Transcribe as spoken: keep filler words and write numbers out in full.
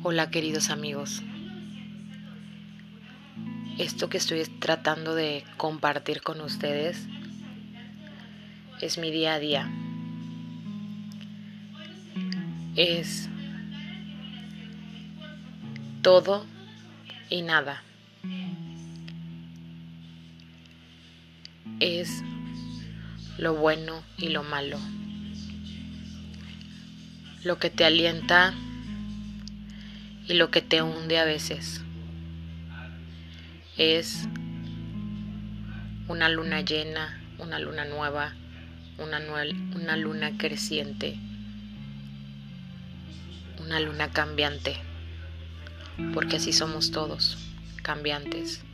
Hola queridos amigos, esto que estoy tratando de compartir con ustedes es mi día a día, es todo y nada, es lo bueno y lo malo, lo que te alienta y lo que te hunde a veces, es una luna llena, una luna nueva, una, nue- una luna creciente, una luna cambiante, porque así somos todos, cambiantes.